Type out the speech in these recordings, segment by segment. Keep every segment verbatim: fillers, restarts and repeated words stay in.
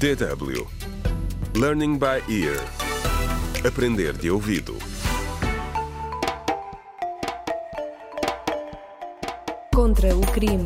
D W Learning by Ear. Aprender de ouvido. Contra o crime.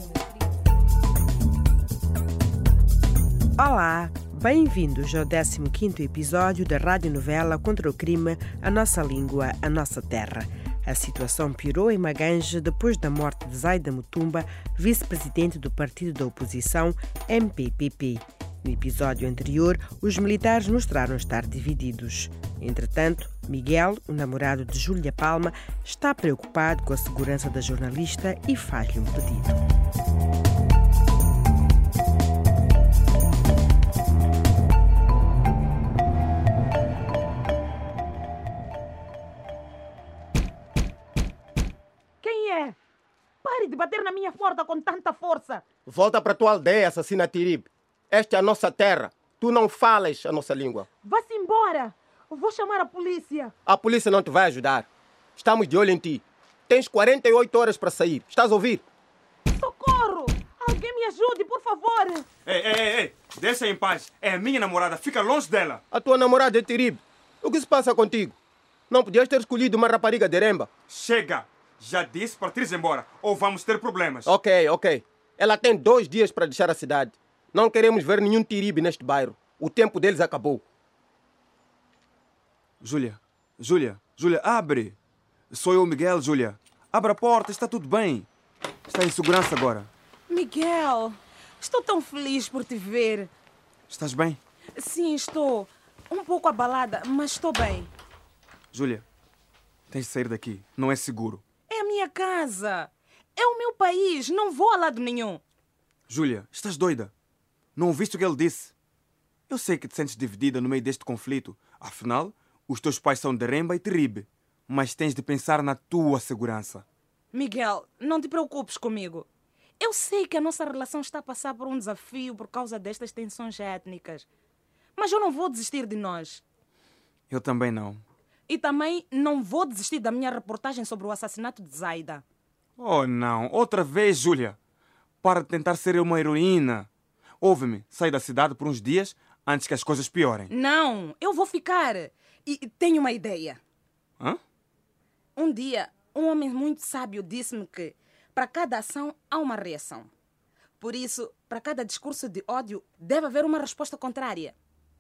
Olá, bem-vindos ao décimo quinto episódio da radionovela Contra o Crime, A Nossa Língua, a Nossa Terra. A situação piorou em Maganje depois da morte de Zaida Mutumba, vice-presidente do partido da oposição M P P P. No episódio anterior, os militares mostraram estar divididos. Entretanto, Miguel, o namorado de Júlia Palma, está preocupado com a segurança da jornalista e faz-lhe um pedido. Quem é? Pare de bater na minha porta com tanta força. Volta para tua aldeia, assassina Tiribe. Esta é a nossa terra. Tu não falas a nossa língua. Vá-se embora. Vou chamar a polícia. A polícia não te vai ajudar. Estamos de olho em ti. Tens quarenta e oito horas para sair. Estás a ouvir? Socorro! Alguém me ajude, por favor. Ei, ei, ei, ei. Deixa em paz. É a minha namorada. Fica longe dela. A tua namorada é Tiribe. O que se passa contigo? Não podias ter escolhido uma rapariga de Eremba? Chega. Já disse para te ir embora. Ou vamos ter problemas. Ok, ok. Ela tem dois dias para deixar a cidade. Não queremos ver nenhum Tiribe neste bairro. O tempo deles acabou. Júlia, Júlia, Júlia, abre. Sou eu, Miguel, Júlia. Abre a porta, está tudo bem. Está em segurança agora. Miguel, estou tão feliz por te ver. Estás bem? Sim, estou. Um pouco abalada, mas estou bem. Júlia, tens de sair daqui. Não é seguro. É a minha casa. É o meu país. Não vou a lado nenhum. Júlia, estás doida? Não ouviste o que ele disse? Eu sei que te sentes dividida no meio deste conflito. Afinal, os teus pais são de Eremba e Tiribe. Mas tens de pensar na tua segurança. Miguel, não te preocupes comigo. Eu sei que a nossa relação está a passar por um desafio por causa destas tensões étnicas. Mas eu não vou desistir de nós. Eu também não. E também não vou desistir da minha reportagem sobre o assassinato de Zaida. Oh, não. Outra vez, Júlia. Para de tentar ser uma heroína. Ouve-me, sai da cidade por uns dias antes que as coisas piorem. Não, eu vou ficar. E tenho uma ideia. Hã? Um dia, um homem muito sábio disse-me que para cada ação há uma reação. Por isso, para cada discurso de ódio, deve haver uma resposta contrária.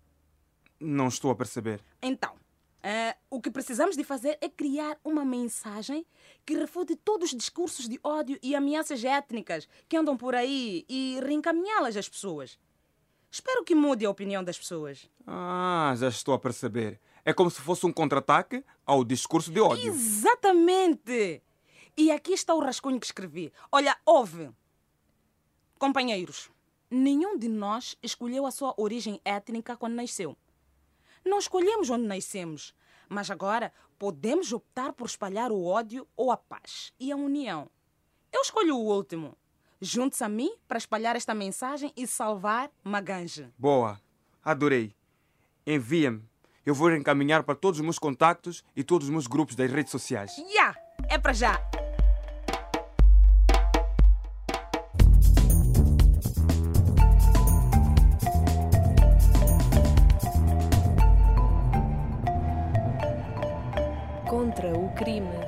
Não estou a perceber. Então, uh, o que precisamos de fazer é criar uma mensagem que refute todos os discursos de ódio e ameaças étnicas que andam por aí e reencaminhá-las às pessoas. Espero que mude a opinião das pessoas. Ah, já estou a perceber. É como se fosse um contra-ataque ao discurso de ódio. Exatamente! E aqui está o rascunho que escrevi. Olha, ouve. Companheiros, nenhum de nós escolheu a sua origem étnica quando nasceu. Não escolhemos onde nascemos, mas agora podemos optar por espalhar o ódio ou a paz e a união. Eu escolho o último. Junte-se a mim para espalhar esta mensagem e salvar Maganje. Boa, adorei. Envia-me. Eu vou encaminhar para todos os meus contactos e todos os meus grupos das redes sociais. Já! Yeah, é para já! Contra o crime.